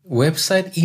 Website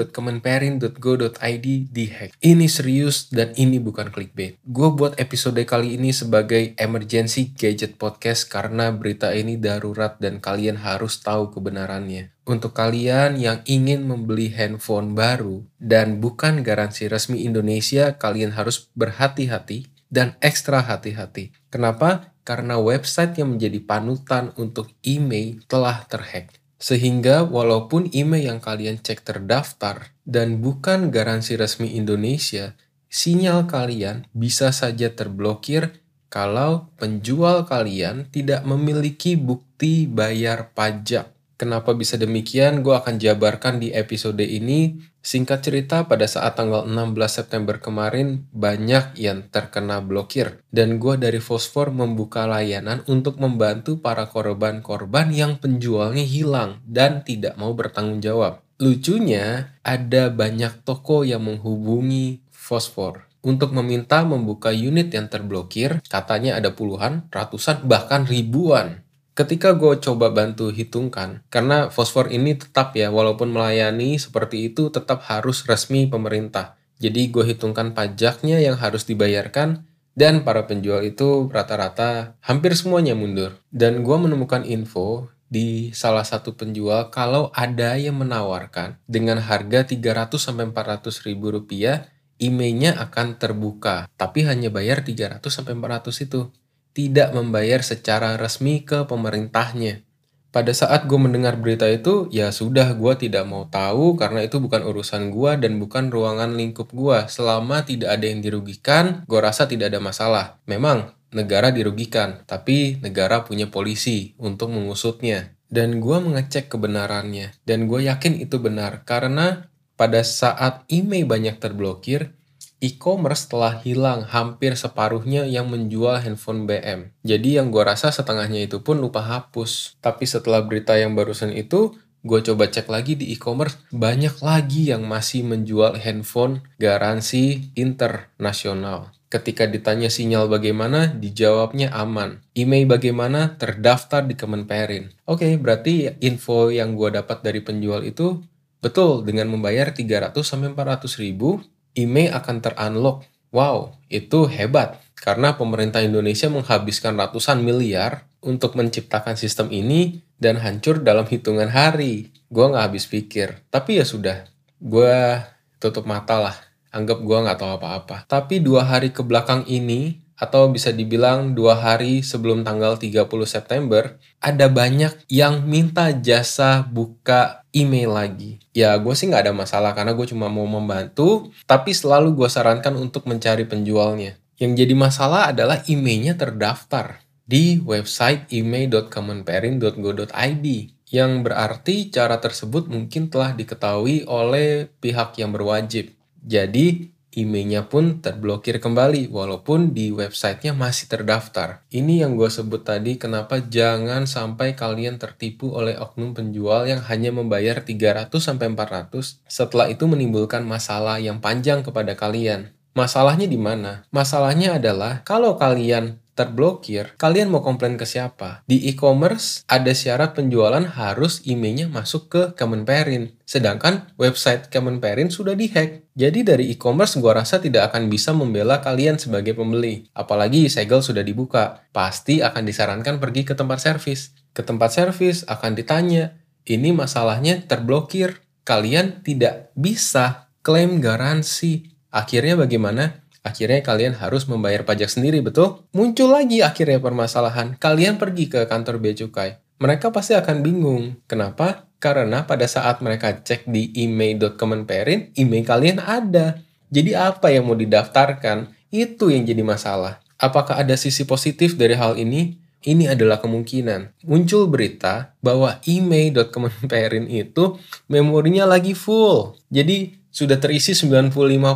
email.kemenperin.go.id dihack. Ini serius dan ini bukan clickbait. Gue buat episode kali ini sebagai emergency gadget podcast karena berita ini darurat dan kalian harus tahu kebenarannya. Untuk kalian yang ingin membeli handphone baru dan bukan garansi resmi Indonesia, kalian harus berhati-hati dan ekstra hati-hati. Kenapa? Karena website yang menjadi panutan untuk email telah terhack. Sehingga walaupun email yang kalian cek terdaftar dan bukan garansi resmi Indonesia, sinyal kalian bisa saja terblokir kalau penjual kalian tidak memiliki bukti bayar pajak. Kenapa bisa demikian? Gue akan jabarkan di episode ini. Singkat cerita, pada saat tanggal 16 September kemarin, banyak yang terkena blokir. Dan gue dari Fosfor membuka layanan untuk membantu para korban-korban yang penjualnya hilang dan tidak mau bertanggung jawab. Lucunya, ada banyak toko yang menghubungi Fosfor untuk meminta membuka unit yang terblokir. Katanya ada puluhan, ratusan, bahkan ribuan. Ketika gue coba bantu hitungkan, karena Fosfor ini tetap ya, walaupun melayani seperti itu tetap harus resmi pemerintah. Jadi gue hitungkan pajaknya yang harus dibayarkan, dan para penjual itu rata-rata hampir semuanya mundur. Dan gue menemukan info di salah satu penjual kalau ada yang menawarkan dengan harga 300-400 ribu rupiah, emailnya akan terbuka, tapi hanya bayar 300-400 itu. Tidak membayar secara resmi ke pemerintahnya. Pada saat gue mendengar berita itu, ya sudah, gue tidak mau tahu karena itu bukan urusan gue dan bukan ruangan lingkup gue. Selama tidak ada yang dirugikan, gue rasa tidak ada masalah. Memang, negara dirugikan, tapi negara punya polisi untuk mengusutnya. Dan gue mengecek kebenarannya, dan gue yakin itu benar karena pada saat email banyak terblokir, e-commerce telah hilang hampir separuhnya yang menjual handphone BM. Jadi yang gue rasa setengahnya itu pun lupa hapus. Tapi setelah berita yang barusan itu, gue coba cek lagi di e-commerce, banyak lagi yang masih menjual handphone garansi internasional. Ketika ditanya sinyal bagaimana, dijawabnya aman. Email bagaimana, terdaftar di Kemenperin. Oke, berarti info yang gue dapat dari penjual itu betul, dengan membayar 300-400 ribu, email akan ter-unlock. Wow, itu hebat. Karena pemerintah Indonesia menghabiskan ratusan miliar untuk menciptakan sistem ini dan hancur dalam hitungan hari. Gue nggak habis pikir. Tapi ya sudah, gue tutup mata lah. Anggap gue nggak tahu apa-apa. Tapi 2 hari ke belakang ini, atau bisa dibilang 2 hari sebelum tanggal 30 September, ada banyak yang minta jasa buka email lagi. Ya gue sih nggak ada masalah karena gue cuma mau membantu, tapi selalu gue sarankan untuk mencari penjualnya. Yang jadi masalah adalah emailnya terdaftar di website email.kemenperin.go.id, yang berarti cara tersebut mungkin telah diketahui oleh pihak yang berwajib. Jadi emailnya pun terblokir kembali walaupun di websitenya masih terdaftar. Ini yang gue sebut tadi kenapa jangan sampai kalian tertipu oleh oknum penjual yang hanya membayar 300-400, setelah itu menimbulkan masalah yang panjang kepada kalian. Masalahnya di mana? Masalahnya adalah kalau kalian terblokir, kalian mau komplain ke siapa? Di e-commerce ada syarat penjualan harus emailnya masuk ke Kemenperin. Sedangkan website Kemenperin sudah dihack. Jadi dari e-commerce gua rasa tidak akan bisa membela kalian sebagai pembeli. Apalagi segel sudah dibuka. Pasti akan disarankan pergi ke tempat servis. Ke tempat servis akan ditanya, ini masalahnya terblokir. Kalian tidak bisa klaim garansi. Akhirnya bagaimana? Akhirnya kalian harus membayar pajak sendiri, betul? Muncul lagi akhirnya permasalahan. Kalian pergi ke kantor Bea Cukai. Mereka pasti akan bingung. Kenapa? Karena pada saat mereka cek di email.kemenperin, email kalian ada. Jadi apa yang mau didaftarkan? Itu yang jadi masalah. Apakah ada sisi positif dari hal ini? Ini adalah kemungkinan. Muncul berita bahwa email.kemenperin itu memorinya lagi full. Jadi sudah terisi 95%.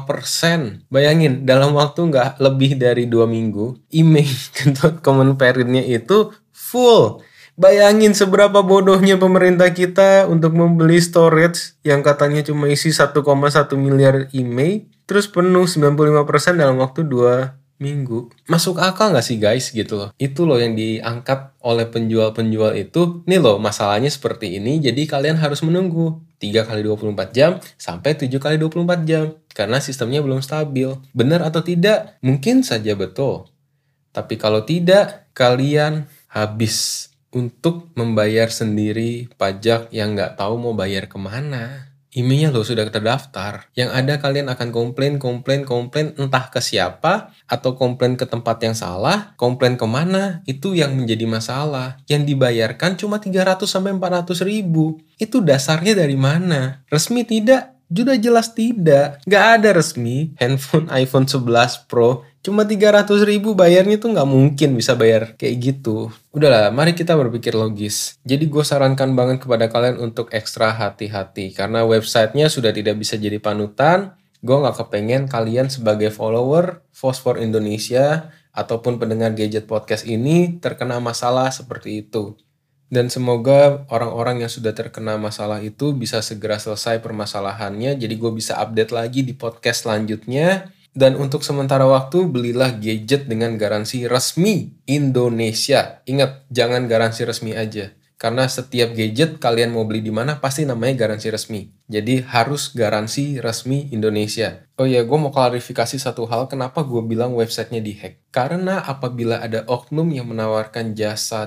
Bayangin, dalam waktu nggak lebih dari 2 minggu, email Kemenperinnya itu full. Bayangin seberapa bodohnya pemerintah kita untuk membeli storage yang katanya cuma isi 1,1 miliar email, terus penuh 95% dalam waktu 2 minggu. Masuk akal nggak sih guys gitu loh. Itu loh yang diangkat oleh penjual-penjual itu. Nih loh masalahnya seperti ini, jadi kalian harus menunggu 3 kali 24 jam sampai 7 kali 24 jam. Karena sistemnya belum stabil. Benar atau tidak? Mungkin saja betul. Tapi kalau tidak, kalian habis untuk membayar sendiri pajak yang nggak tahu mau bayar kemana. IMEI-nya loh sudah terdaftar. Yang ada kalian akan komplain entah ke siapa, atau komplain ke tempat yang salah, komplain kemana, itu yang menjadi masalah. Yang dibayarkan cuma 300 sampai 400 ribu. Itu dasarnya dari mana? Resmi tidak? Sudah jelas tidak. Nggak ada resmi. Handphone iPhone 11 Pro cuma 300 ribu bayarnya tuh nggak mungkin bisa bayar kayak gitu. Udahlah, mari kita berpikir logis. Jadi gue sarankan banget kepada kalian untuk ekstra hati-hati. Karena websitenya sudah tidak bisa jadi panutan. Gue nggak kepengen kalian sebagai follower Fosfor Indonesia ataupun pendengar gadget podcast ini terkena masalah seperti itu. Dan semoga orang-orang yang sudah terkena masalah itu bisa segera selesai permasalahannya. Jadi gue bisa update lagi di podcast selanjutnya. Dan untuk sementara waktu, belilah gadget dengan garansi resmi Indonesia. Ingat, jangan garansi resmi aja. Karena setiap gadget kalian mau beli di mana pasti namanya garansi resmi. Jadi harus garansi resmi Indonesia. Oh iya, gue mau klarifikasi satu hal kenapa gue bilang websitenya dihack. Karena apabila ada oknum yang menawarkan jasa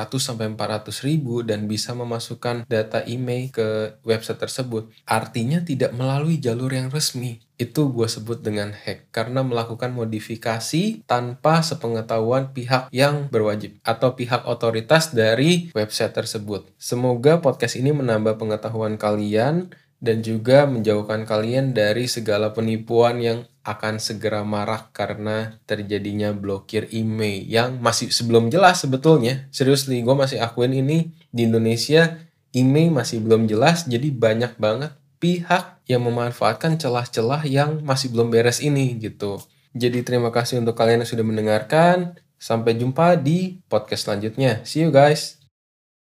300-400 ribu dan bisa memasukkan data email ke website tersebut, artinya tidak melalui jalur yang resmi. Itu gue sebut dengan hack karena melakukan modifikasi tanpa sepengetahuan pihak yang berwajib atau pihak otoritas dari website tersebut. Semoga podcast ini menambah pengetahuan kalian dan juga menjauhkan kalian dari segala penipuan yang akan segera marak karena terjadinya blokir email yang masih sebelum jelas sebetulnya. Seriously, gue masih akuin ini di Indonesia email masih belum jelas, jadi banyak banget pihak yang memanfaatkan celah-celah yang masih belum beres ini gitu. Jadi terima kasih untuk kalian yang sudah mendengarkan. Sampai jumpa di podcast selanjutnya. See you guys.